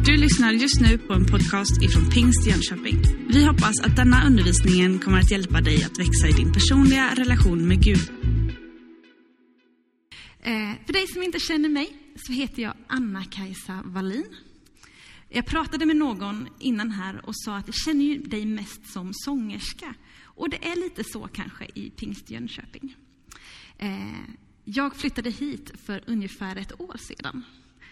Du lyssnar just nu på en podcast ifrån Pingst Jönköping. Vi hoppas att denna undervisning kommer att hjälpa dig att växa i din personliga relation med Gud. För dig som inte känner mig så heter jag Anna-Kajsa Wallin. Jag pratade med någon innan här och sa att jag känner ju dig mest som sångerska. Och det är lite så kanske i Pingst Jönköping. Jag flyttade hit för ungefär ett år sedan.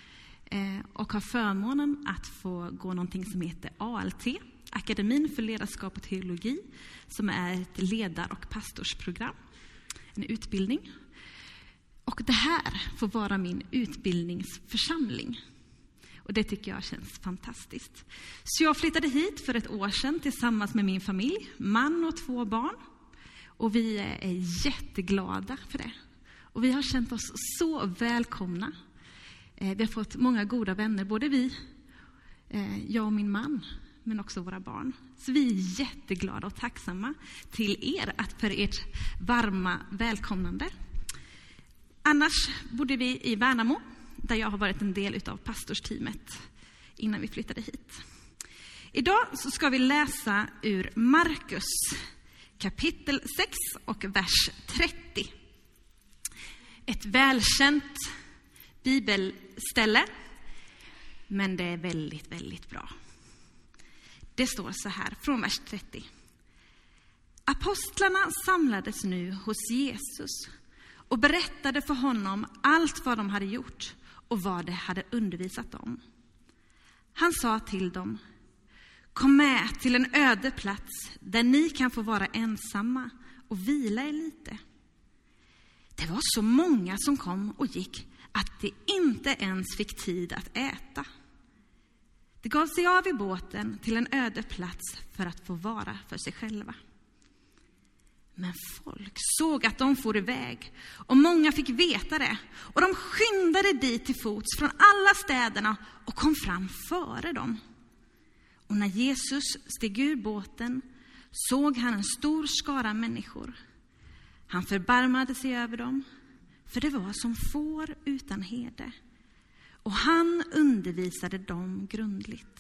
Och har förmånen att få gå någonting som heter ALT, Akademin för ledarskap och teologi, som är ett ledar- och pastorsprogram, en utbildning. Och det här får vara min utbildningsförsamling. Och det tycker jag känns fantastiskt. Så jag flyttade hit för ett år sedan tillsammans med min familj, man och 2 barn. Och vi är jätteglada för det. Och vi har känt oss så välkomna. Vi har fått många goda vänner, både jag och min man, men också våra barn. Så vi är jätteglada och tacksamma till er för ert varma välkomnande. Annars bodde vi i Värnamo, där jag har varit en del av pastorsteamet innan vi flyttade hit. Idag så ska vi läsa ur Markus kapitel 6 och vers 30. Ett välkänt bibelställe, men det är väldigt, väldigt bra. Det står så här från vers 30. Apostlarna samlades nu hos Jesus och berättade för honom allt vad de hade gjort och vad de hade undervisat om. Han sa till dem: kom med till en öde plats där ni kan få vara ensamma och vila er lite. Det var så många som kom och gick att de inte ens fick tid att äta. De gav sig av i båten till en öde plats för att få vara för sig själva. Men folk såg att de for iväg och många fick veta det. Och de skyndade dit till fots från alla städerna och kom fram före dem. Och när Jesus steg ur båten såg han en stor skara människor. Han förbarmade sig över dem, för det var som får utan herde. Och han undervisade dem grundligt.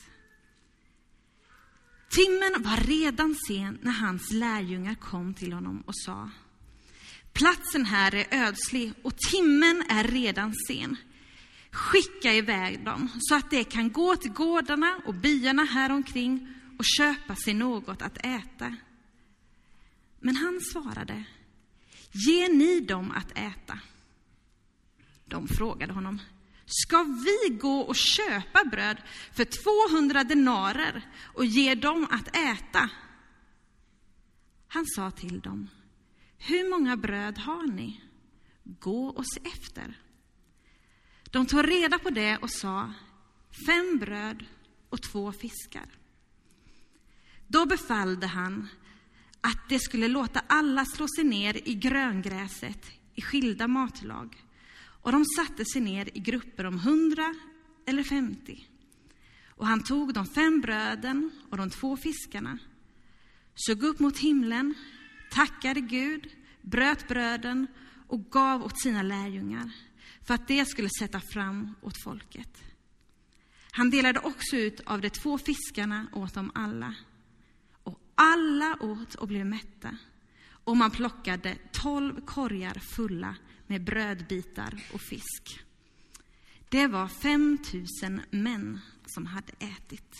Timmen var redan sen när hans lärjungar kom till honom och sa: platsen här är ödslig och timmen är redan sen. Skicka iväg dem så att de kan gå till gårdarna och byarna här omkring och köpa sig något att äta. Men han svarade: ge ni dem att äta. De frågade honom: ska vi gå och köpa bröd för 200 denarer och ge dem att äta? Han sa till dem: hur många bröd har ni? Gå och se efter. De tog reda på det och sa: 5 bröd och 2 fiskar. Då befallde han att det skulle låta alla slå sig ner i gröngräset i skilda matlag. Och de satte sig ner i grupper om 100 eller 50. Och han tog de 5 bröden och de 2 fiskarna, såg upp mot himlen, tackade Gud, bröt bröden och gav åt sina lärjungar för att det skulle sätta fram åt folket. Han delade också ut av de 2 fiskarna åt dem alla. Och alla åt och blev mätta. Och man plockade 12 korgar fulla med brödbitar och fisk. Det var 5 000 män som hade ätit.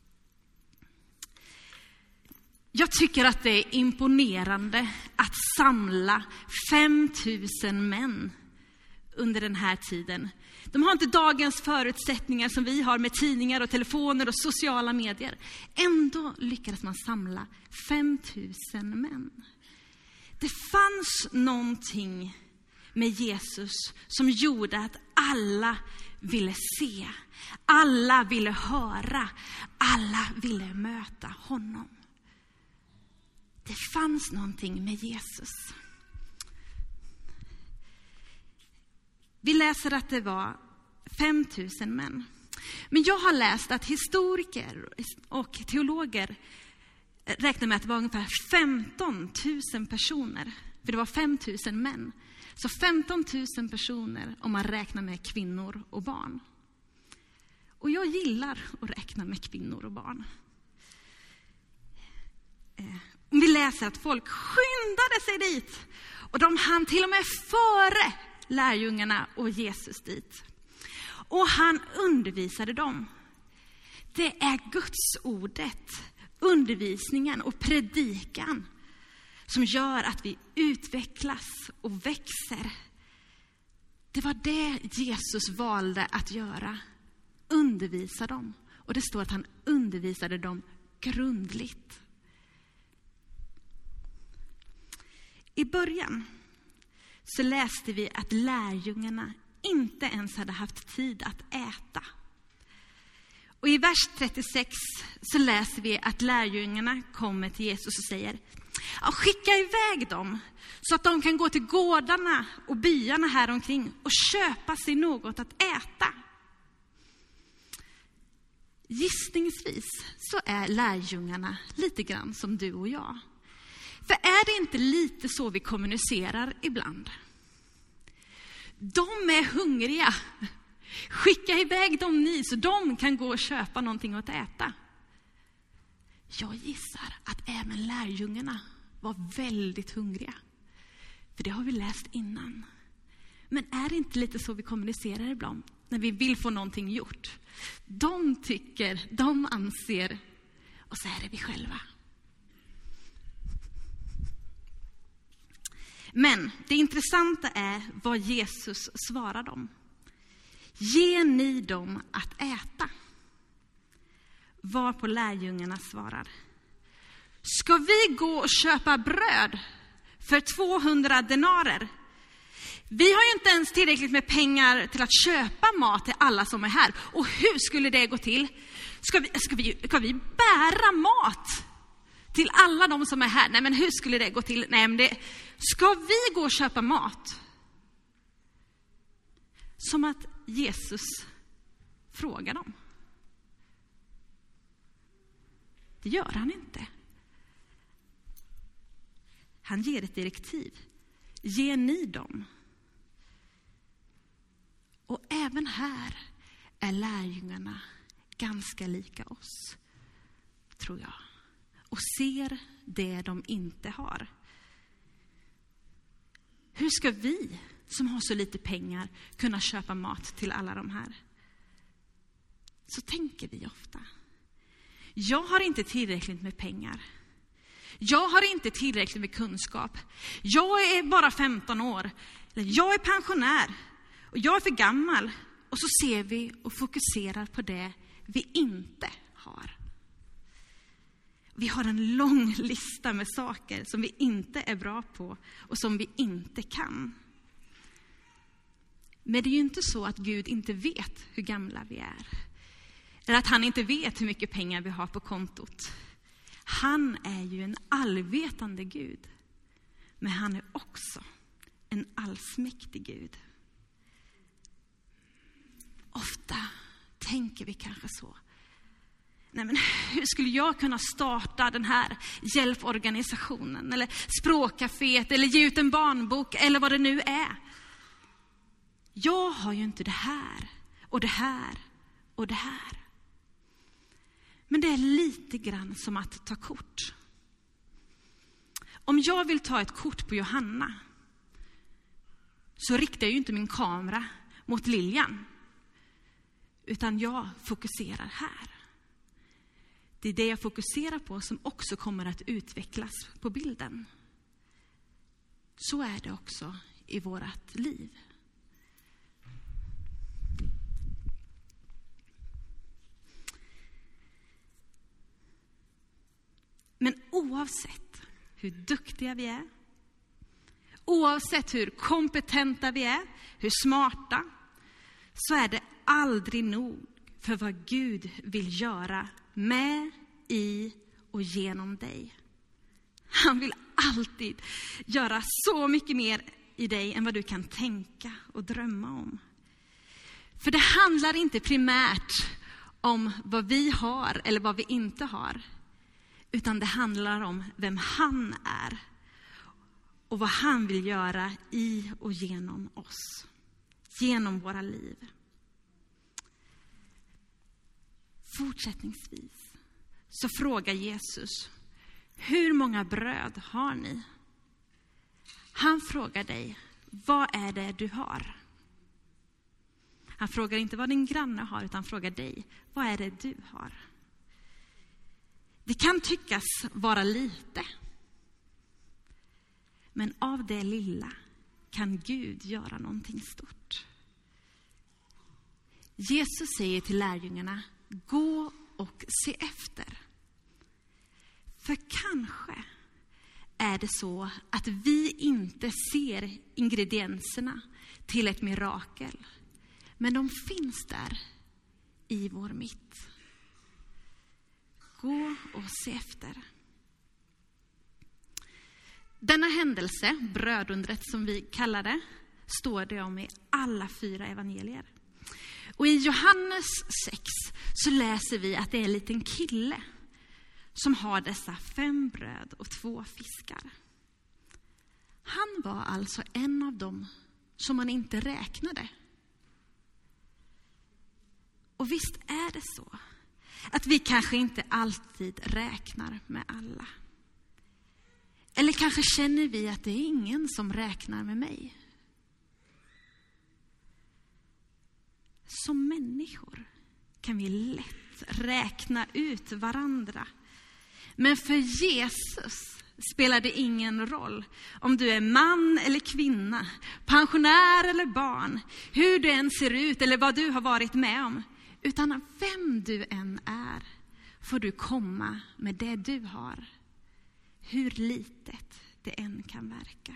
Jag tycker att det är imponerande att samla 5 000 män under den här tiden. De har inte dagens förutsättningar som vi har med tidningar och telefoner och sociala medier. Ändå lyckades man samla 5 000 män. Det fanns någonting med Jesus som gjorde att alla ville se, alla ville höra, alla ville möta honom. Det fanns någonting med Jesus. Vi läser att det var 5 000 män. Men jag har läst att historiker och teologer räknar med att det var ungefär 15 000 personer. För det var 5 000 män. Så 15 000 personer om man räknar med kvinnor och barn. Och jag gillar att räkna med kvinnor och barn. Vi läser att folk skyndade sig dit. Och de hann till och med före lärjungarna och Jesus dit. Och han undervisade dem. Det är Guds ordet, undervisningen och predikan som gör att vi utvecklas och växer. Det var det Jesus valde att göra. Undervisa dem. Och det står att han undervisade dem grundligt. I början så läste vi att lärjungarna inte ens hade haft tid att äta. Och i vers 36 så läser vi att lärjungarna kommer till Jesus och säger: skicka iväg dem så att de kan gå till gårdarna och byarna här omkring och köpa sig något att äta. Gissningsvis så är lärjungarna lite grann som du och jag. För är det inte lite så vi kommunicerar ibland? De är hungriga. Skicka iväg dem ni så de kan gå och köpa någonting att äta. Jag gissar att även lärjungarna var väldigt hungriga. För det har vi läst innan. Men är det inte lite så vi kommunicerar ibland när vi vill få någonting gjort? De tycker, de anser, och så är det vi själva. Men det intressanta är vad Jesus svarar dem. Ge ni dem att äta? Varpå lärjungarna svarar: ska vi gå och köpa bröd för 200 denarer? Vi har ju inte ens tillräckligt med pengar till att köpa mat till alla som är här. Och hur skulle det gå till? Ska vi bära mat till alla de som är här? Nej, men hur skulle det gå till? Nej, men ska vi gå och köpa mat? Som att Jesus frågar dem. Det gör han inte. Han ger ett direktiv. Ge ni dem. Och även här är lärjungarna ganska lika oss, tror jag. Och ser det de inte har. Hur ska vi som har så lite pengar kunna köpa mat till alla de här? Så tänker vi ofta. Jag har inte tillräckligt med pengar. Jag har inte tillräckligt med kunskap. Jag är bara 15 år. Jag är pensionär. Och jag är för gammal. Och så ser vi och fokuserar på det vi inte har. Vi har en lång lista med saker som vi inte är bra på och som vi inte kan. Men det är ju inte så att Gud inte vet hur gamla vi är. Eller att han inte vet hur mycket pengar vi har på kontot. Han är ju en allvetande Gud. Men han är också en allsmäktig Gud. Ofta tänker vi kanske så. Nej, men hur skulle jag kunna starta den här hjälporganisationen? Eller språkcaféet? Eller ge ut en barnbok? Eller vad det nu är. Jag har ju inte det här. Och det här. Och det här. Men det är lite grann som att ta kort. Om jag vill ta ett kort på Johanna, så riktar jag ju inte min kamera mot Lilian. Utan jag fokuserar här. Det är det jag fokuserar på som också kommer att utvecklas på bilden. Så är det också i vårt liv. Men oavsett hur duktiga vi är, oavsett hur kompetenta vi är, hur smarta, så är det aldrig nog för vad Gud vill göra med, i och genom dig. Han vill alltid göra så mycket mer i dig än vad du kan tänka och drömma om. För det handlar inte primärt om vad vi har eller vad vi inte har. Utan det handlar om vem han är. Och vad han vill göra i och genom oss. Genom våra liv. Fortsättningsvis så frågar Jesus: hur många bröd har ni? Han frågar dig: vad är det du har? Han frågar inte vad din granne har, utan frågar dig: vad är det du har? Det kan tyckas vara lite. Men av det lilla kan Gud göra någonting stort. Jesus säger till lärjungarna: gå och se efter. För kanske är det så att vi inte ser ingredienserna till ett mirakel. Men de finns där i vår mitt. Gå och se efter. Denna händelse, brödundret som vi kallar det, står det om i alla 4 evangelier. Och i Johannes 6 så läser vi att det är en liten kille som har dessa 5 bröd och 2 fiskar. Han var alltså en av dem som man inte räknade. Och visst är det så att vi kanske inte alltid räknar med alla. Eller kanske känner vi att det är ingen som räknar med mig. Som människor kan vi lätt räkna ut varandra. Men för Jesus spelar det ingen roll om du är man eller kvinna, pensionär eller barn, hur du än ser ut eller vad du har varit med om. Utan vem du än är får du komma med det du har, hur litet det än kan verka.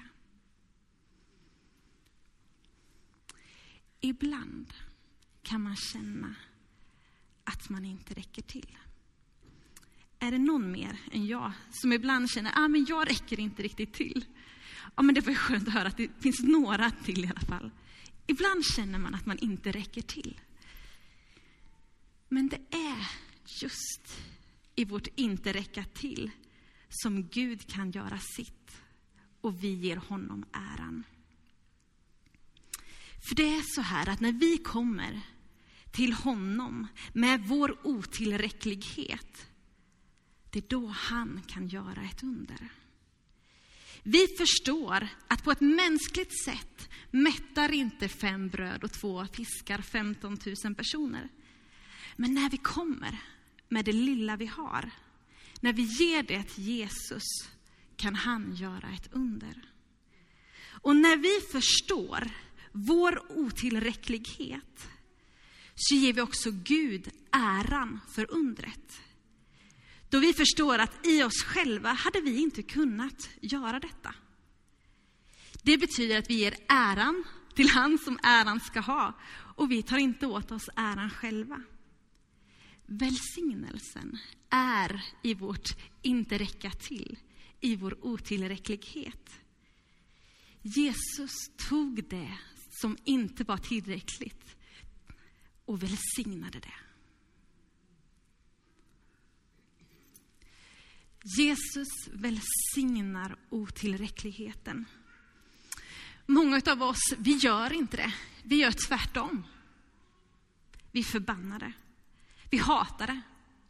Ibland kan man känna att man inte räcker till. Är det någon mer än jag som ibland känner men jag räcker inte riktigt till? Ja, men det var skönt att höra att det finns några till i alla fall. Ibland känner man att man inte räcker till. Men det är just i vårt inte räcka till som Gud kan göra sitt och vi ger honom äran. För det är så här att när vi kommer till honom med vår otillräcklighet, det är då han kan göra ett under. Vi förstår att på ett mänskligt sätt mättar inte 5 bröd och 2 fiskar 15 000 personer. Men när vi kommer med det lilla vi har, när vi ger det till Jesus, kan han göra ett under. Och när vi förstår vår otillräcklighet så ger vi också Gud äran för undret. Då vi förstår att i oss själva hade vi inte kunnat göra detta. Det betyder att vi ger äran till han som äran ska ha och vi tar inte åt oss äran själva. Välsignelsen är i vårt inte räcka till, i vår otillräcklighet. Jesus tog det som inte var tillräckligt och välsignade det. Jesus välsignar otillräckligheten. Många av oss, vi gör inte det. Vi gör tvärtom. Vi förbannar det. Vi hatar det.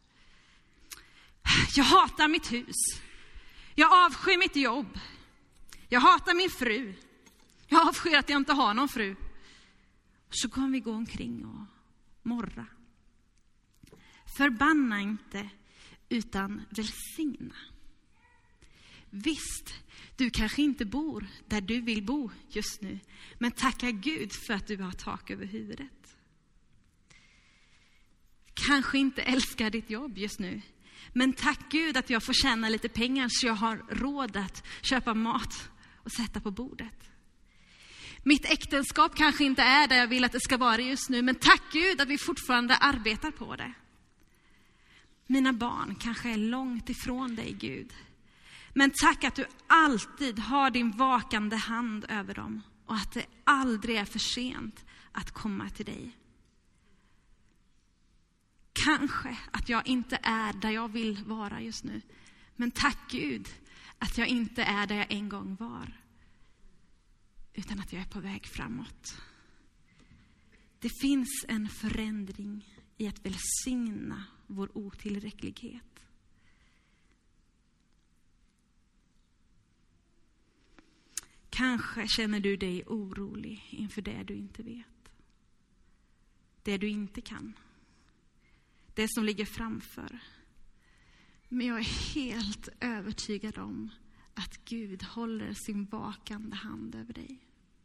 Jag hatar mitt hus. Jag avskyr mitt jobb. Jag hatar min fru. Jag avskyr att jag inte har någon fru. Så kommer vi gå omkring och morra. Förbanna inte, utan välsigna. Visst, du kanske inte bor där du vill bo just nu. Men tacka Gud för att du har tak över huvudet. Kanske inte älskar ditt jobb just nu. Men tack Gud att jag får tjäna lite pengar så jag har råd att köpa mat och sätta på bordet. Mitt äktenskap kanske inte är där jag vill att det ska vara just nu. Men tack Gud att vi fortfarande arbetar på det. Mina barn kanske är långt ifrån dig, Gud. Men tack att du alltid har din vakande hand över dem. Och att det aldrig är för sent att komma till dig. Kanske att jag inte är där jag vill vara just nu. Men tack Gud att jag inte är där jag en gång var. Utan att jag är på väg framåt. Det finns en förändring i att välsigna vår otillräcklighet. Kanske känner du dig orolig inför det du inte vet. Det du inte kan. Det som ligger framför. Men jag är helt övertygad om att Gud håller sin vakande hand över dig.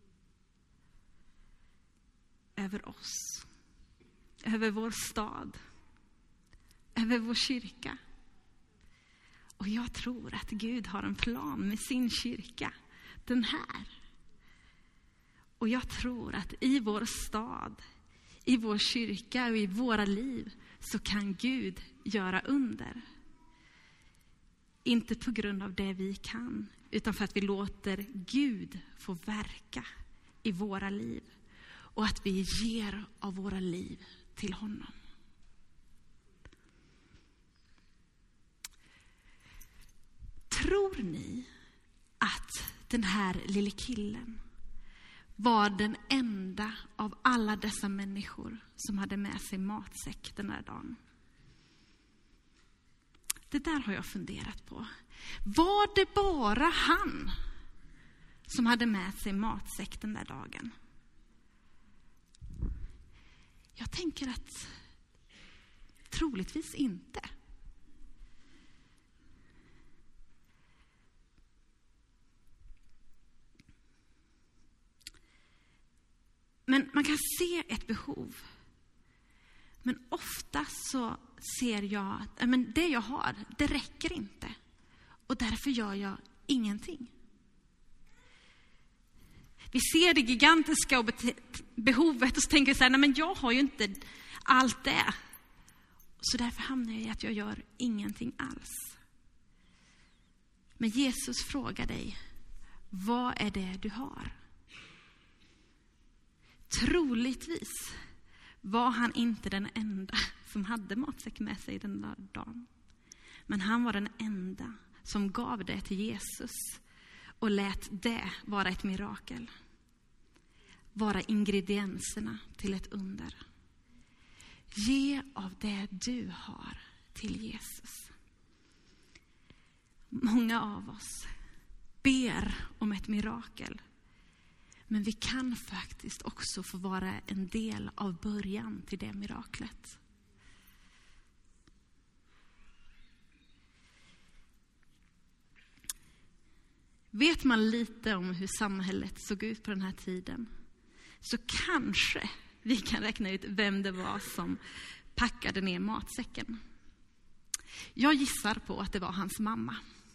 Över oss. Över vår stad. Över vår kyrka. Och jag tror att Gud har en plan med sin kyrka. Den här. Och jag tror att i vår stad, i vår kyrka och i våra liv så kan Gud göra under. Inte på grund av det vi kan, utan för att vi låter Gud få verka i våra liv. Och att vi ger av våra liv till honom. Tror ni att den här lille killen var den enda av alla dessa människor som hade med sig matsäck den där dagen? Det där har jag funderat på. Var det bara han som hade med sig matsäck den där dagen? Jag tänker att troligtvis inte. Men man kan se ett behov. Men ofta så ser jag att det jag har, det räcker inte. Och därför gör jag ingenting. Vi ser det gigantiska behovet och så tänker vi så här, nej men jag har ju inte allt det. Så därför hamnar jag i att jag gör ingenting alls. Men Jesus frågar dig, vad är det du har? Troligtvis var han inte den enda som hade matsäck med sig den där dagen. Men han var den enda som gav det till Jesus och lät det vara ett mirakel. Vara ingredienserna till ett under. Ge av det du har till Jesus. Många av oss ber om ett mirakel. Men vi kan faktiskt också få vara en del av början till det miraklet. Vet man lite om hur samhället såg ut på den här tiden, så kanske vi kan räkna ut vem det var som packade ner matsäcken. Jag gissar på att det var hans mamma.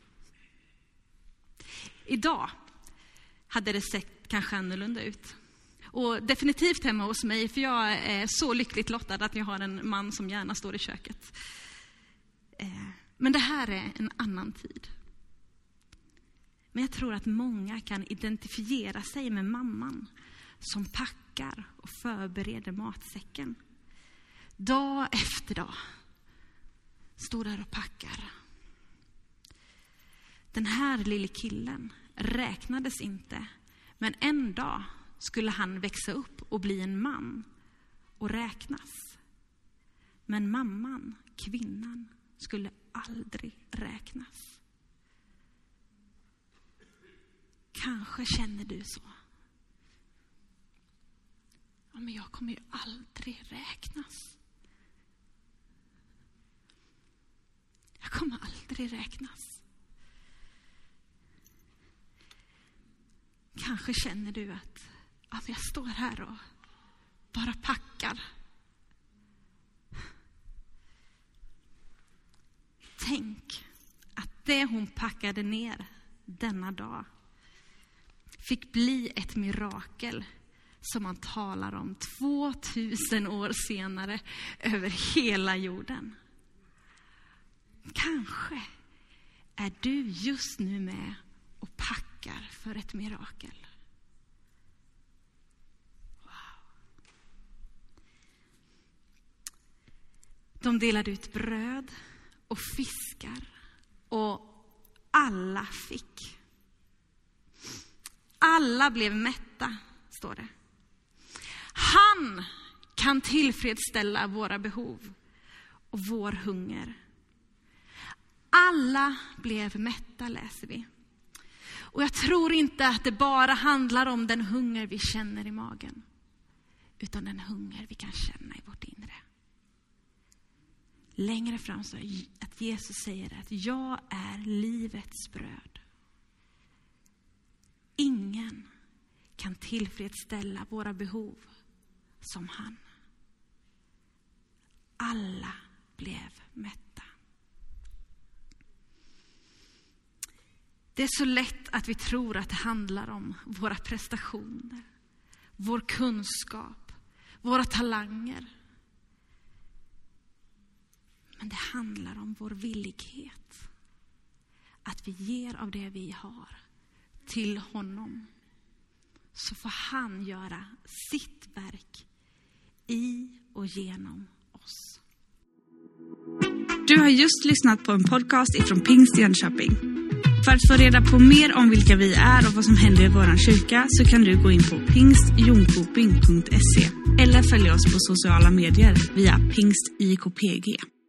Idag hade det sett kanske annorlunda ut. Och definitivt hemma hos mig, för jag är så lyckligt lottad att jag har en man som gärna står i köket. Men det här är en annan tid. Men jag tror att många kan identifiera sig med mamman som packar och förbereder matsäcken. Dag efter dag står där och packar. Den här lille killen räknades inte, men en dag skulle han växa upp och bli en man och räknas. Men mamman, kvinnan, skulle aldrig räknas. Kanske känner du så. Ja, men jag kommer ju aldrig räknas. Jag kommer aldrig räknas. Kanske känner du att jag står här och bara packar. Tänk att det hon packade ner denna dag fick bli ett mirakel som man talar om 2000 år senare över hela jorden. Kanske är du just nu med och packar för ett mirakel. Wow. De delade ut bröd och fiskar och alla fick. Alla blev mätta, står det. Han kan tillfredsställa våra behov och vår hunger. Alla blev mätta, läser vi. Och jag tror inte att det bara handlar om den hunger vi känner i magen, utan den hunger vi kan känna i vårt inre. Längre fram så att Jesus säger att jag är livets bröd. Ingen kan tillfredsställa våra behov som han. Alla blev mätta. Det är så lätt att vi tror att det handlar om våra prestationer, vår kunskap, våra talanger. Men det handlar om vår villighet. Att vi ger av det vi har till honom. Så får han göra sitt verk i och genom oss. Du har just lyssnat på en podcast ifrån Pingst Jönköping. För att få reda på mer om vilka vi är och vad som händer i våran kyrka så kan du gå in på pingstjonkoping.se eller följa oss på sociala medier via pingstjkpg.